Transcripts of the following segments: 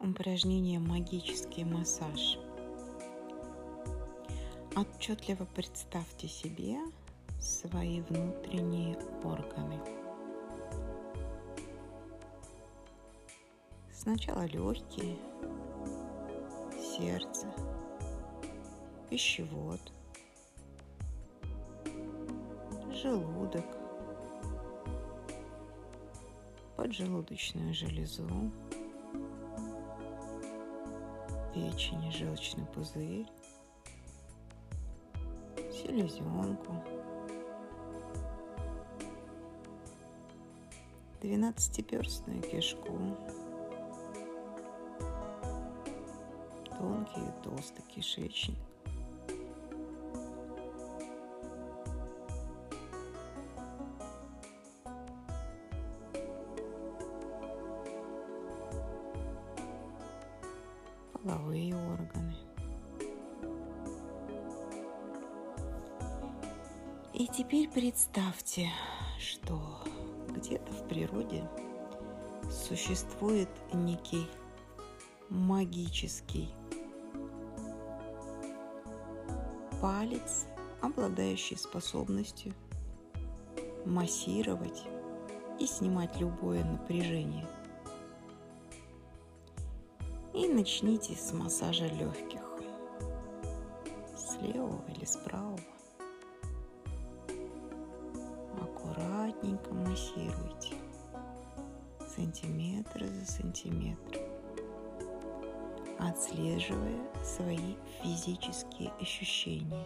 упражнение «Магический массаж». Отчетливо представьте себе свои внутренние органы. Сначала легкие, сердце, пищевод, желудок, поджелудочную железу, печень и желчный пузырь, селезенку, 12-перстную кишку, тонкий и толстый кишечник, половые органы. И теперь представьте, что где-то в природе существует некий магический палец, обладающий способностью массировать и снимать любое напряжение. И начните с массажа легких, с левого или с правого. Аккуратненько массируйте, сантиметр за сантиметром, отслеживая свои физические ощущения.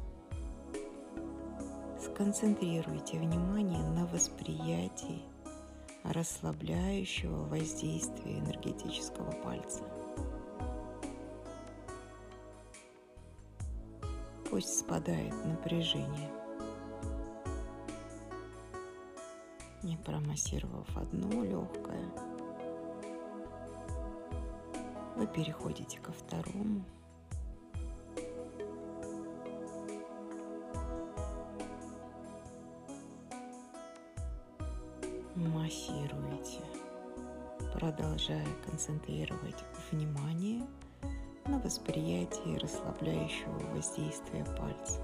Сконцентрируйте внимание на восприятии расслабляющего воздействия энергетического пальца. Пусть спадает напряжение. Не промассировав одно легкое, вы переходите ко второму. Массируете, продолжая концентрировать внимание на восприятии расслабляющего воздействия пальца.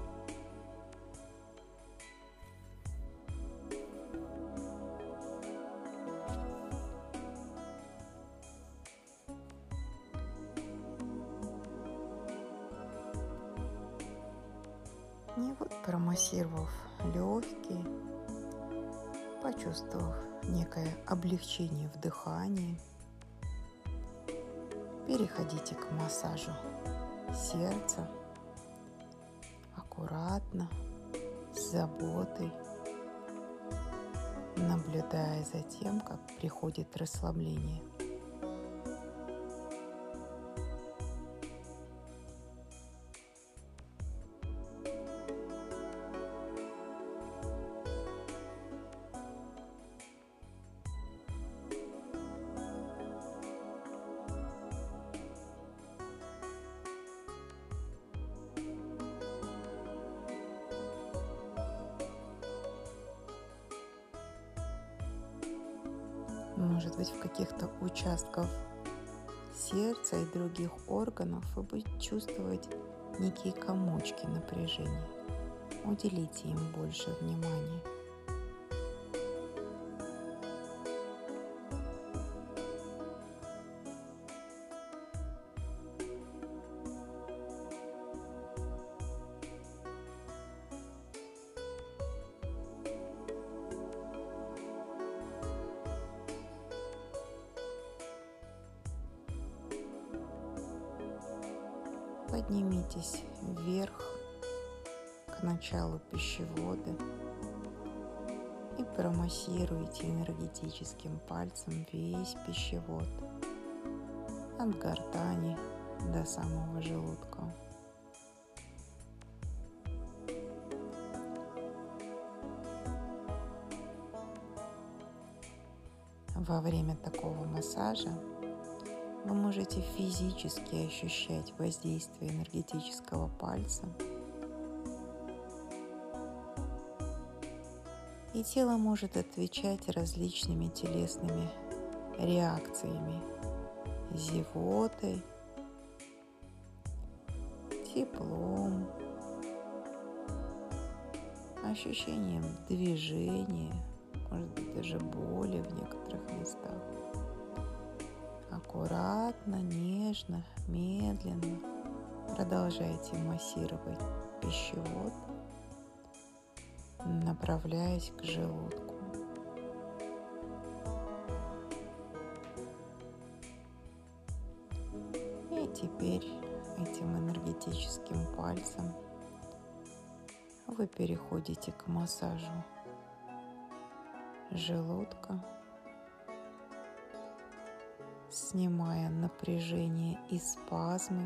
И вот, промассировав легкие, почувствовав некое облегчение в дыхании, переходите к массажу сердца, аккуратно, с заботой, наблюдая за тем, как приходит расслабление. Может быть, в каких-то участках сердца и других органов вы будете чувствовать некие комочки напряжения. Уделите им больше внимания. Поднимитесь вверх к началу пищевода и промассируйте энергетическим пальцем весь пищевод от гортани до самого желудка. Во время такого массажа вы можете физически ощущать воздействие энергетического пальца, и тело может отвечать различными телесными реакциями, зевотой, теплом, ощущением движения, может быть, даже боли в некоторых местах. Аккуратно, нежно, медленно продолжайте массировать пищевод, направляясь к желудку. И теперь этим энергетическим пальцем вы переходите к массажу желудка, снимая напряжение и спазмы,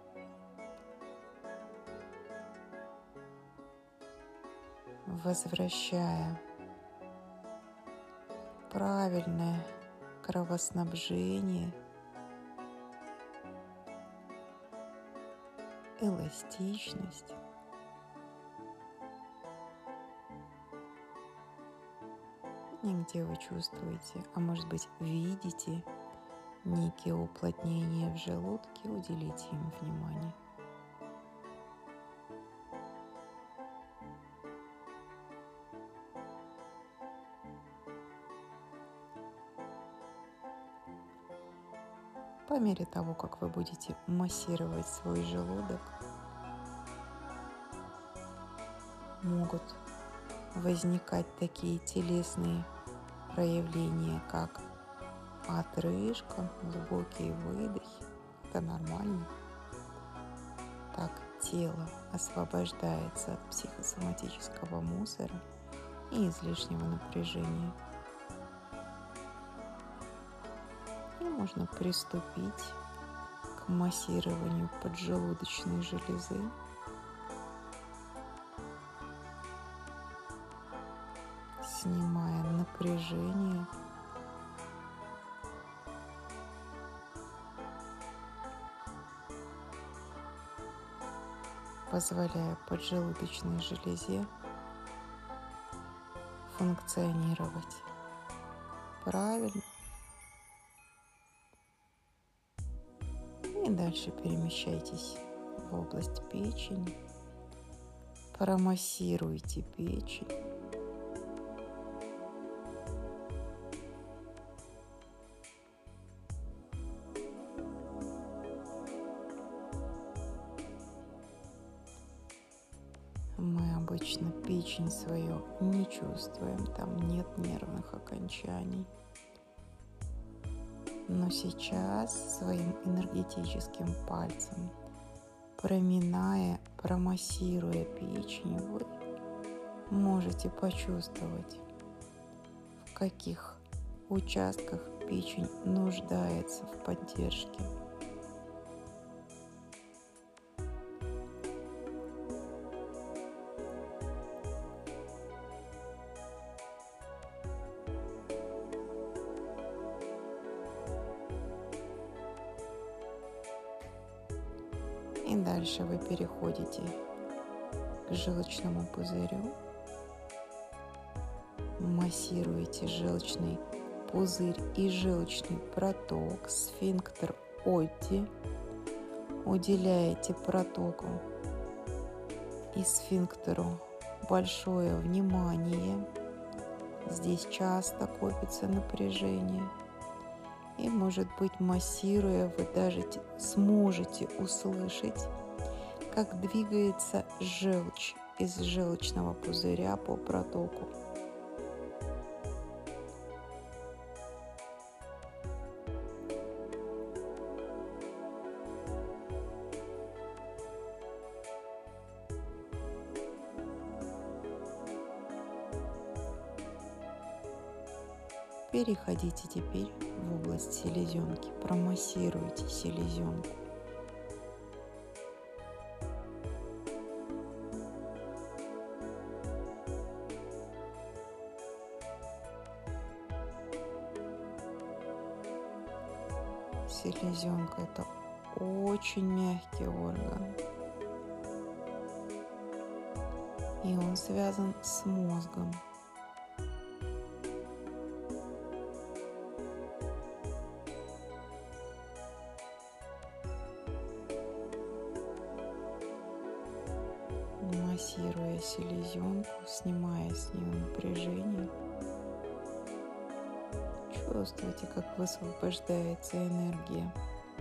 возвращая правильное кровоснабжение, эластичность. И где вы чувствуете, а может быть видите некие уплотнения в желудке, уделите им внимание. По мере того, как вы будете массировать свой желудок, могут возникать такие телесные проявления, как отрыжка, глубокие выдохи. Это нормально. Так тело освобождается от психосоматического мусора и излишнего напряжения. И можно приступить к массированию поджелудочной железы. Снимая напряжение, позволяя поджелудочной железе функционировать правильно. И дальше перемещайтесь в область печени, промассируйте печень. Мы обычно печень свою не чувствуем, там нет нервных окончаний. Но сейчас своим энергетическим пальцем, проминая, промассируя печень, вы можете почувствовать, в каких участках печень нуждается в поддержке. И дальше вы переходите к желчному пузырю, массируете желчный пузырь и желчный проток, сфинктер Одди, уделяете протоку и сфинктеру большое внимание. Здесь часто копится напряжение. И, может быть, массируя, вы даже сможете услышать, как двигается желчь из желчного пузыря по протоку. Переходите теперь в область селезенки, промассируйте селезенку. Селезенка – это очень мягкий орган, и он связан с мозгом. массируя селезенку, снимая с нее напряжение. Чувствуйте, как высвобождается энергия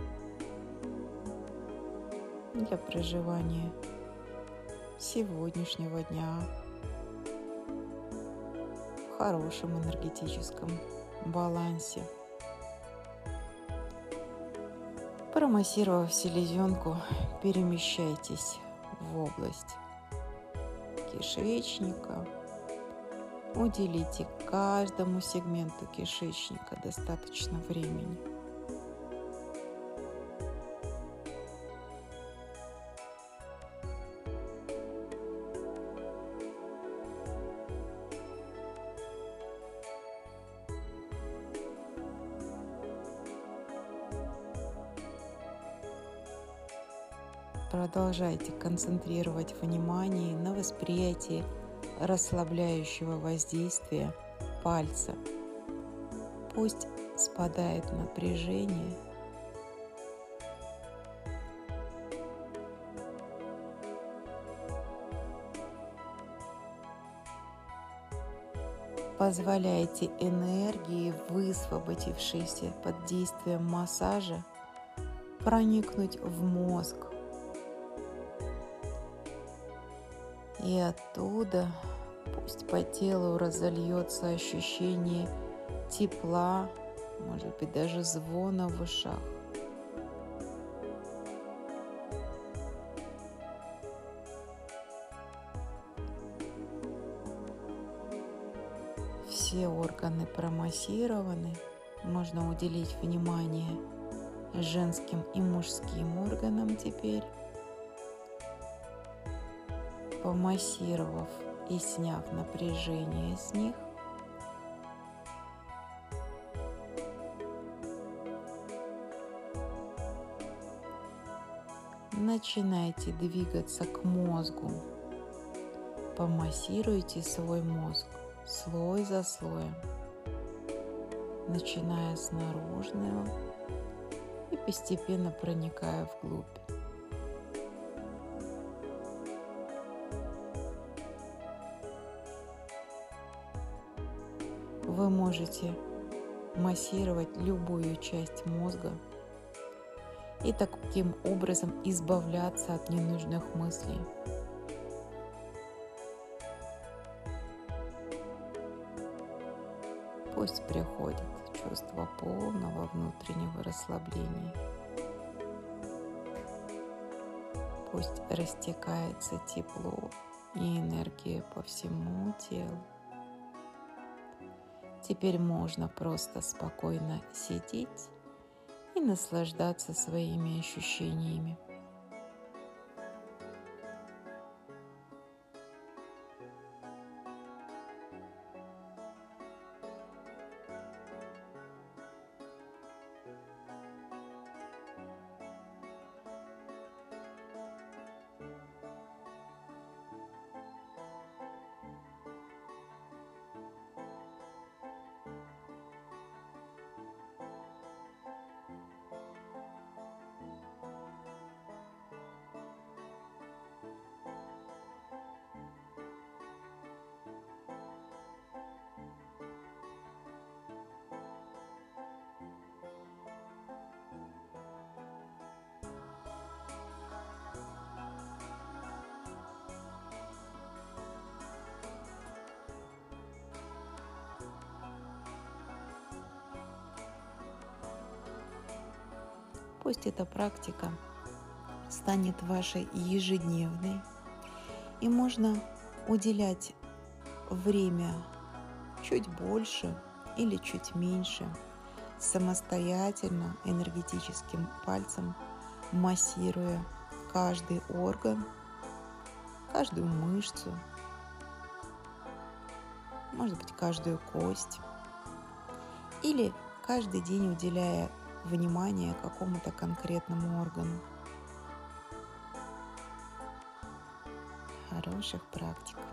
для проживания сегодняшнего дня в хорошем энергетическом балансе. Промассировав селезенку, перемещайтесь в область кишечника. Уделите каждому сегменту кишечника достаточно времени. Продолжайте концентрировать внимание на восприятии расслабляющего воздействия пальца. Пусть спадает напряжение. Позволяйте энергии, высвободившейся под действием массажа, проникнуть в мозг. И оттуда пусть по телу разольется ощущение тепла, может быть, даже звона в ушах. Все органы промассированы. Можно уделить внимание женским и мужским органам теперь. Помассировав и сняв напряжение с них, начинайте двигаться к мозгу. Помассируйте свой мозг слой за слоем, начиная с наружного и постепенно проникая вглубь. Вы можете массировать любую часть мозга и таким образом избавляться от ненужных мыслей. Пусть приходит чувство полного внутреннего расслабления. Пусть растекается тепло и энергия по всему телу. Теперь можно просто спокойно сидеть и наслаждаться своими ощущениями. Пусть эта практика станет вашей ежедневной, и можно уделять время чуть больше или чуть меньше, самостоятельно энергетическим пальцем массируя каждый орган, каждую мышцу, может быть, каждую кость, или каждый день уделяя внимание какому-то конкретному органу. Хороших практик!